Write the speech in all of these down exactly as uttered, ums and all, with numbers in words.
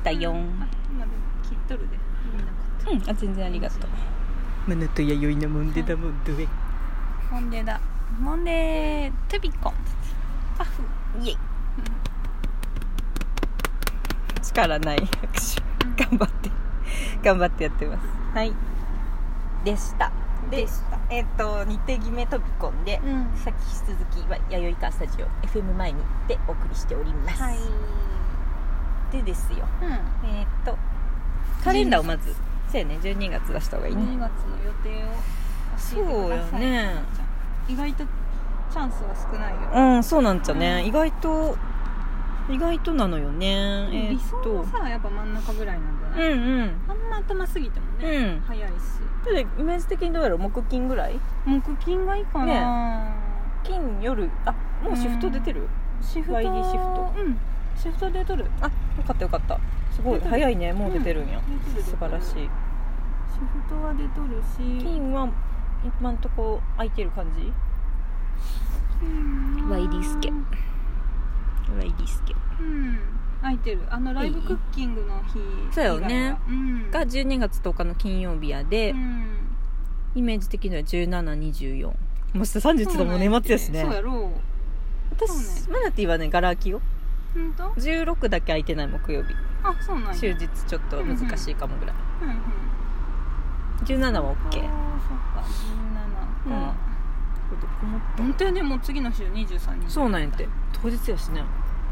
したよ。あ、 今でも切っとるで。 うん、あ、全然ありがとう。マナと弥生のモンデだモンドへ。 モンデだ。モンデトゥビコン。パフ。 イエイ。力ない拍手。頑張って頑張ってやってます。はい。でした。でした。えっ、ー、と日程決め飛び込んで、うん、さっき引き続きは弥生川スタジオ エフエム 前に行ってお送りしております。はい。でですよ。うん、えっ、ー、とカレンダーをまず。そうやね、じゅうにがつ出した方がいいね。 じゅうにがつの予定を教えてください。 そうやね。 意外とチャンスは少ないよ。 うん、そうなんちゃね、うん、意外と意外となのよね。 えー、理想はさ、やっぱ真ん中ぐらいなんじゃない？うんうん。あんま頭すぎてもね、うん、早いし。 でイメージ的にどうやろう、木金ぐらい？ 木金がいいかな。ね、 金夜、あ、もうシフト出てる？ うん、シフト ワイディー シフト。うん。シフト出とる。 あ、よかったよかった。すごい早いね、もう出てるんや。うん、素晴らしい。シフトは出とるし、 金は今んとこ空いてる感じ？ワイディスケ。ワイディスケ。 うん。空いてる。あのライブクッキングの日。 そうよね。うん、がじゅうにがつとおかの金曜日やで、うん、イメージ的にはじゅうしち、にじゅうよん。もうさんじゅういちだもん年末やしね。 そうやろう。 私、ね、マナティはね、ガラ空きよ。 本当？ じゅうろくだけ空いてない木曜日。 あ、そうなんや。 終日ちょっと難しいかもぐらい。うんうん。じゅうななは OK。 そっか、じゅうななか。うん。どこも本当やね、もう次の週にじゅうさんにち。 そうなんやって。当日やしね。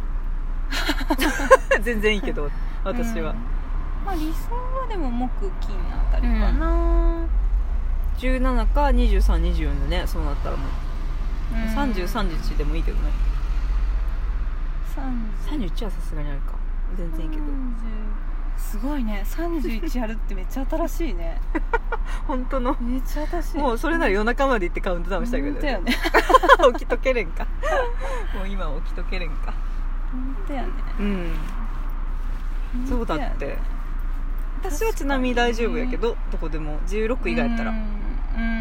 全然いいけど私は、うん、 まあ理想はでも木金あたりかな、うん、 じゅうななかにじゅうさん、にじゅうよんでね、そうなったらもう、うん、さんじゅうさんにちでもいいけどね。さんじゅういちはさすがにあるか、全然いいけど。 すごいね、さんじゅういちやるってめっちゃ新しいね。 本当のめっちゃ新しい。 もうそれなら夜中まで行ってカウントダウンしたけど、ね、 ね起きとけれんか。もう今は起きとけれんか。 本当やね。 うん。そうだって。私はちなみに大丈夫やけど、どこでもじゅうろく以外やったら。うん。うん、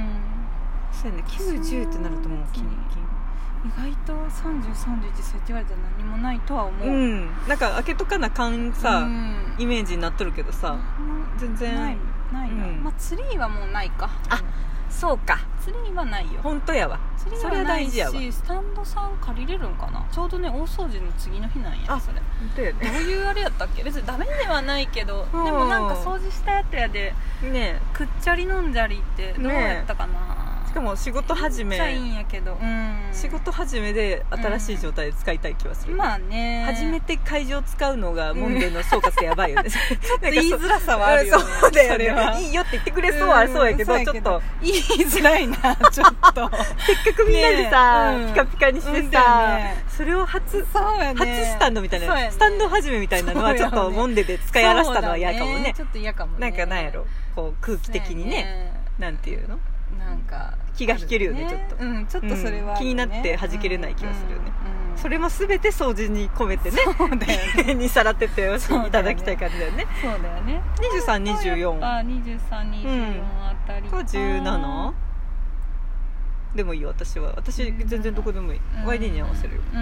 そうやね。きゅう、じゅうってなるともう金金。 意外とさんじゅう、さんじゅういちそうやって言われたら何もないとは思う。 うん。なんか開けとかなかんさ、うん、イメージになっとるけどさ、うん、全然ないないな。うん、まあツリーはもうないか。 あ、そうか。 ツリーはないよ。 本当やわ。 ツリーはないし、スタンドさん借りれるんかな。ちょうどね、大掃除の次の日なんや。 あ、それ。本当やね。 どういうあれやったっけ。別にダメではないけど、でもなんか掃除したやつやで、ね、くっちゃり飲んじゃりってどうやったかな。ね、 しかも仕事始め、 めっちゃいいんやけど、うん、 仕事始めで新しい状態で使いたい気はする、 うん、まあね、 初めて会場使うのがモンデの総括でやばいよね。ちょっと言いづらさはあるよね。 そうだよね。いいよって言ってくれそうはそうやけど、うん、ちょっと言いづらいな。ちょっとせっかくみんなでさ、ね、ピカピカにしてさ、うんね、それを初、 そうやね、 初スタンドみたいな、ね、スタンド始めみたいなのはちょっとモンデで使い荒らしたのは嫌かも ね, ねちょっと嫌かもね。 なんかなんやろ、こう空気的に ね, ねなんていうの、 なんか気が引けるよね、ちょっと、 うん、ちょっとそれは、ね、 気になって弾けれない気がするよね、うんうん、それも全て掃除に込めてね、 そうだよねにさらってってよしいただきたい感じだよね。 そうだよね。 にじゅうさん、にじゅうよん、 あ、にじゅうさん、にじゅうよんあたりか、 じゅうななでもいいよ。私は私全然どこでもいい、うん、ワイディー に合わせるよ、うん、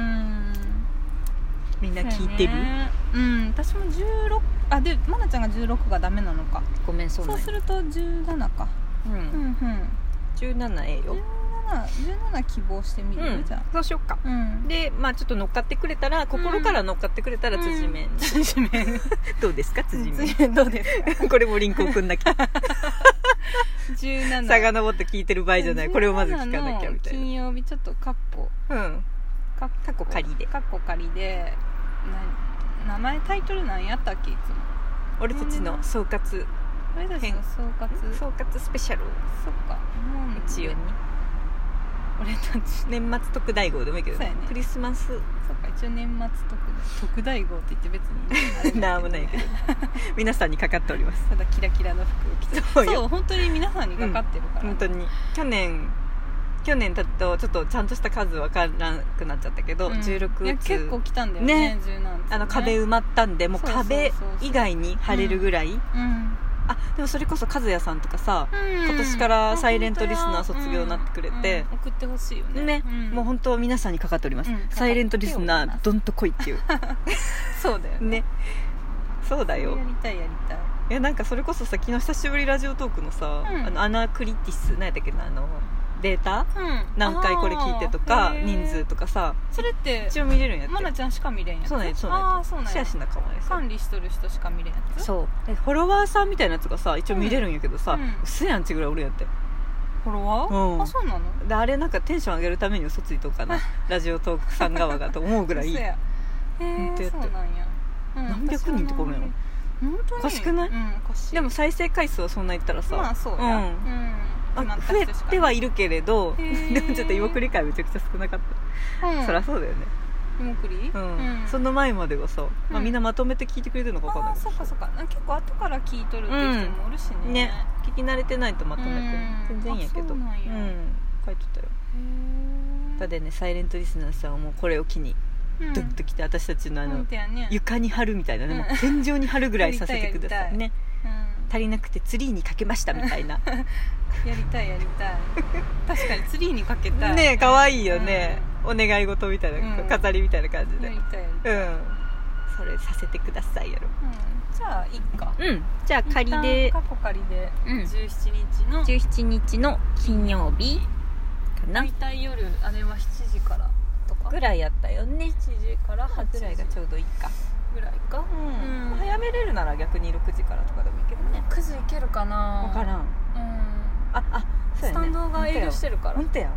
みんな聞いてる、 ね、うん、私もじゅうろく、あ、でマナちゃんがじゅうろくがダメなのか。 ごめん、そうそうするとじゅうななか、うん、うんうん、 じゅうななええよ。 じゅうなな希望してみる、うん、じゃあそうしよっか、うん、で、まあちょっと乗っかってくれたら、心から乗っかってくれたら辻面、うん、 辻面どうですか、辻面辻面どうですか。 これもリンク送んなきゃじゅうなな遡って聞いてる場合じゃない、これをまず聞かなきゃみたいな。 金曜日ちょっとカッコ、うん、 カッコ仮でカッコ仮でな、名前タイトル何やったっけ、いつも俺たちの総括、 俺たちの総括総括スペシャル。 そっか、もう一応に俺たち年末特大号でもいいけど、ね、クリスマス、 そうか、一応年末特特大号って言って別になんもないけど皆さんにかかっております。 ただキラキラの服を着て、そうよ、本当に皆さんにかかってるから、 うん、本当に去年去年だとちょっとちゃんとした数分からなくなっちゃったけど、うん、じゅうろくつ、いや結構来たんだよね、ね、じゅうなんつね、 あの壁埋まったんで、もう壁以外に貼れるぐらい、うんうん、あ、でもそれこそ和也さんとかさ、うん、今年からサイレントリスナー卒業になってくれて、 うんうん、送ってほしいよね、 ね、うん、もう本当皆さんにかかっております、うん、サイレントリスナーどんと来いっていうそうだよね、ね、 そうだよ。 やりたいやりたい。 いやなんかそれこそさ、昨日久しぶりラジオトークのさ、うん、あのアナクリティス何やったっけな、あのデータ、うん、何回これ聞いてとか人数とかさ、 それって一応見れるんやって。 マナちゃんしか見れんやつ。 そうなんやそうなんや。シェアしなかもね。 管理しとる人しか見れんやつ。 そう。フォロワーさんみたいなやつがさ一応見れるんやけどさ、うん、嘘やんちぐらいおるやって。 フォロワー、うん、あ、そうなの。 であれなんかテンション上げるために嘘ついとかなラジオトークさん側がと思うぐらい。 嘘や。へえ、そうなんや、 うん、何百人とかおるんやろ。 本当におかしくない？うん、おかしい。でも再生回数はそんな言ったらさ、 まあそうや、うんうん、 あ増えてはいるけれどでもちょっと芋繰り回めちゃくちゃ少なかった、うん、そりゃそうだよね。 芋繰り、 うんうん、その前まではさ、まあ、みんなまとめて聞いてくれてるのか分かんないけど、 あ、そっかそっか、結構後から聞いとるっていう人もおるしね、 うん、ね、聞き慣れてないとまとめて、うん、全然いいんやけど、うん、書いとったよ。ただね、サイレントリスナーさんはもうこれを機にドッときて、私たちのあの、ね、床に貼るみたいなね、うん、もう天井に貼るぐらいさせてくださいね。うん、足りなくてツリーにかけましたみたいなやりたいやりたい確かにツリーにかけたいねえ、かわいいよね、うん、お願い事みたいな、うん、飾りみたいな感じでやりたいやりたい、うん、 それさせてくださいやろ、 うん、じゃあいっか、 うん、じゃあ仮で過去仮でじゅうしちにちの、 うん、じゅうしちにちの金曜日かな。 大体夜あれはしちじからとかぐらいやったよね。 しちじからはちじぐらいがちょうどいいかぐらいか、 うんうん、早めれるなら逆にろくじからとかでもいいけどね。 くじいけるかな、 分からん、うん、ああそうやね、 スタンドが営業してるから。 本当や、うん、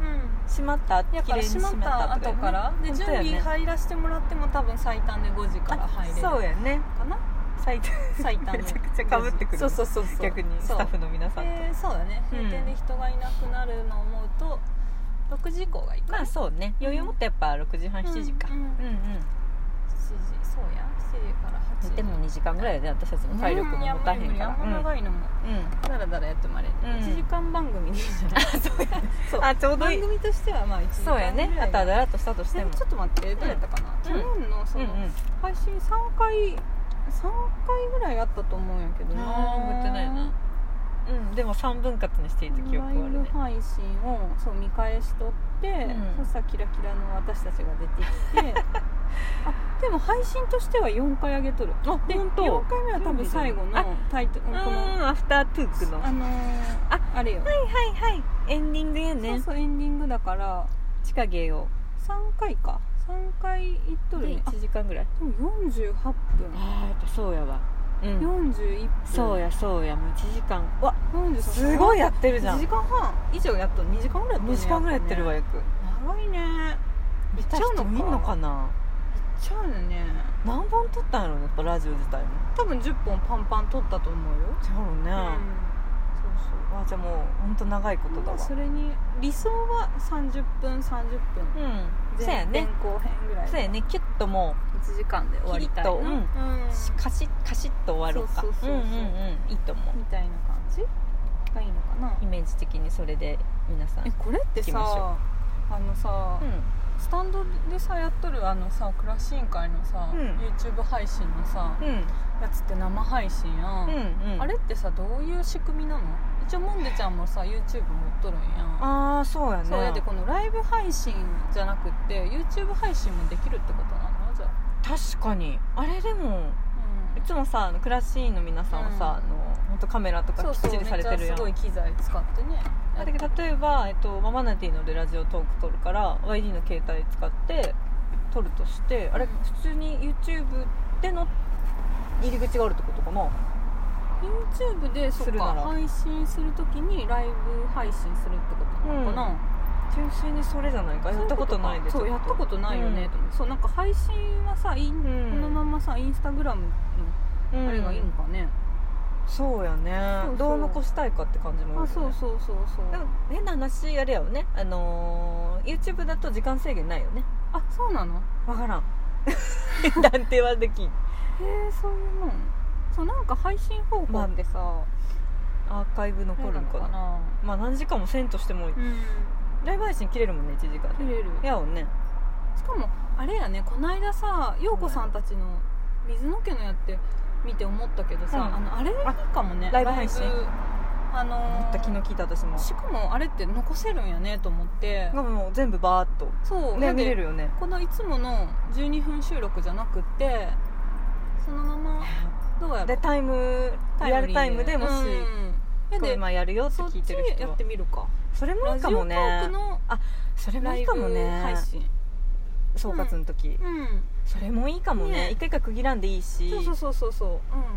閉まったやから閉まった後から、ね、で準備入らせてもらっても多分最短でごじから入れるそうやねかな。 最短最短めちゃくちゃかぶってくる。 そうそうそうそう、 逆にスタッフの皆さんと、 えー、そうだね、閉店で人がいなくなるのを思うと、ろくじ以降がいいかな。 まあそうね、余裕持ってやっぱろくじはんしちじか、うんうんうん、うん、しちじ、 そうや、しちじからはちじでもにじかんぐらいで、ね、私たちの体力も持たへんから、 あんま長いのも、うん、だらだらやってもらえる、うん、いちじかん番組でいいじゃない。あ、そうやそうあちょうどいい番組としてはまあいちじかんぐらい。 そうやね、あとはだらっとしたとしても。 ちょっと待って、どうやったかな、うん、去年のその、うんうん、配信さんかいさんかいぐらいあったと思うんやけどな。 あー、覚えてないな。うん、でもさんぶん割にしていた記憶はあるね。 ライブ配信をそう見返しとって、うん、そしたらキラキラの私たちが出てきてあ、でも配信としてはよんかい上げとる。あ、で本当。よんかいめは多分最後のタイトル、このアフタートゥークのあのー、ああれよ、 はいはいはい、エンディングやね。 そうそう、エンディングだから地下芸をさんかいかさんかいいっとるね。 いちじかんぐらい。 でもよんじゅうはっぷん。 ああ、やっぱそうやわ、うん、よんじゅういっぷん。そうやそうや、もういちじかん。わっ、すごいやってるじゃん。 いちじかんはん以上やっとにじかんぐらいやっとるね。 にじかんぐらいやってるわ、約。 長いね。 いっちゃうのかいんのかな。いっちゃうのね。 何本撮ったんやろね、やっぱラジオ自体も。 多分じゅっぽんパンパン撮ったと思うよ。 ちゃうね、うん、そうそう。 あ、 じゃあもう本当長いことだわ。 それに理想はさんじゅっぷんさんじゅっぷん、うん、 そうやね、 前後編ぐらい。 そうやね、キュッともういちじかんで終わりたいな、うんうん、 カシッカシッと終わろうか。そうそうそうそう、うんうんうん、いいと思う。みたいな感じがいいのかな、 イメージ的に。それで皆さんえ、これってさ、あのさ、うん、スタンドでさやっとるあのさクラシーン会のさ、うん、YouTube 配信のさ、うん、やつって生配信やん、うんうん、あれってさどういう仕組みなの？一応モンデちゃんもさ YouTube 持っとるんやん。 ああ、そうやね。 そうやで、このライブ配信じゃなくって YouTube 配信もできるってことなの？じゃあ確かにあれでも、うん、いつもさあのクラシーンの皆さんはさ、うん、あの本当カメラとかきっちりされてるやん。 そうそう、めっちゃすごい機材使ってね。 だけど例えば、えっと、ママナティのでラジオトーク撮るから ワイディー の携帯使って撮るとして、あれ普通に YouTube での入り口があるってことかな。 YouTube でそっか配信するときにライブ配信するってことなのかな、うん、 純粋にそれじゃないか。やったことないで。 そう、やったことないよね、うん、と思う。そう、なんか配信はさ、イン、うん、このままさインスタグラムのあれがいいんかね、うん、 そうやね。そうそう、どう残したいかって感じもある、ね、 あ、そうそうそうそう。 でも変な話あれやよね、あのー、YouTube だと時間制限ないよね。 あ、そうなの？ わからん断定はできん。へえ、そういうもん。そう、なんか配信方法ってさ、 まあ、アーカイブ残るんか な, かな。まあ何時間もせんとしても、うん、ライブ配信切れるもんね、いちじかんで。 切れるやおね。 しかもあれやね、こないださ陽子さんたちの水野家のやって見て思ったけどさ、うん、あのあれいいかもね、 ライブ配信。 あのー、 昨日聞いた私も。しかもあれって残せるんやねと思って。 もう全部バーっとそう、 ね、見れるよね。 このいつものじゅうにふん収録じゃなくってそのままどうやろでタイムリアルタイムでもし、うん、これ今やるよって聞いてる人はそっちやってみるか。 それもいいかもね。 ラジオトークのあそれもいいかもね。 配信総括の時、うんうん、それもいいかもね。ね一回一回区切らんでいいし、 そうそうそうそうそう、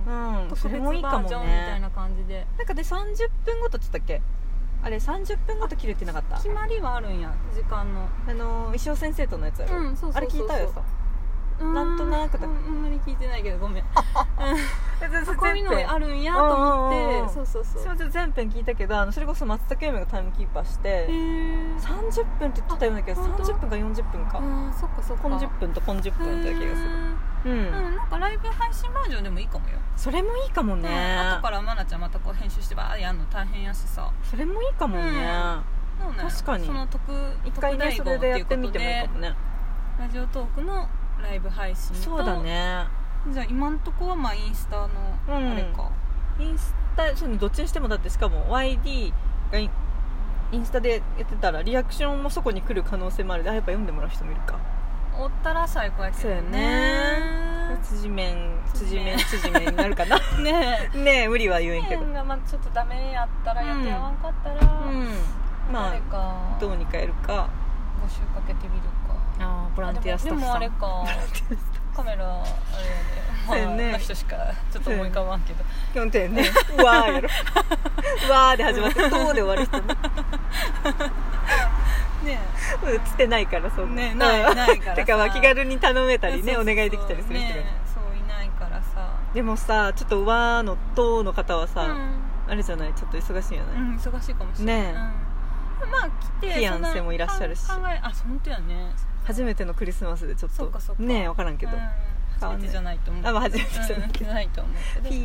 うんうん、 それもいいかもね。 特別バージョンみたいな感じで、 なんかでさんじゅっぷんごとって言ったっけ。あれさんじゅっぷんごと切るってなかった。 決まりはあるんや、時間の。 あの石尾先生とのやつやろ、うん、そうそうそうそう、あれ聞いたよさ。なんとなくだ、 うん、あんまり聞いてないけどごめんこういうのあるんやと思って、そうそうそう、 私も全編聞いたけど、あのそれこそ松田圭明がタイムキーパーしてさんじゅっぷんって言ってたような気がする。さんじゅっぷんかよんじゅっぷんか、 あそっかそっか、 こんじゅっぷんとこんじゅっぷんって気がする。うん、うん、 なんかライブ配信バージョンでもいいかもよ。 それもいいかもね、うん、 後からまなちゃんまたこう編集してバーやんの大変やしさ、 それもいいかもね、うん、確かにその特一回ねそれでやってみてもいいかもね。 ラジオトークのライブ配信と、 そうだね。 じゃあ今んとこはまあインスタのあれか、 うん、インスタそう、ね、どっちにしてもだってしかも ワイディー がインスタでやってたらリアクションもそこに来る可能性もあるで、あやっぱ読んでもらう人もいるか。 おったら最高やけどね。 そうやね。辻面辻面辻面になるかなねえねえ無理は言えんけど、 がまあちょっとダメやったらやってやわんかったら、うんうん、 まあどうにかやるか、 募集かけてみるか。 あボランティアスタッフさん。 でもあれかカメラあれやで、まあね、の人しかちょっと思い浮かばんけど、 基本的にねうわーやろうわーで始まってどうで終わる人ねねえ映ってないからそんな、 ね、ないないからさてかまあ気軽に頼めたりね、お願いできたりする人が、 ね、そういないからさ。 でもさちょっとうわーのとの方はさ、うん、あれじゃない、ちょっと忙しいんやない、 うん、忙しいかもしれないね、うん、まあ来てフィアンセもいらっしゃるし、 考えあ本当やね、 初めてのクリスマスでちょっとねえ分からんけど、 うん、初めてじゃないと思う。 あ、まあ、初めてじゃないけど、 うん、ないと思うけど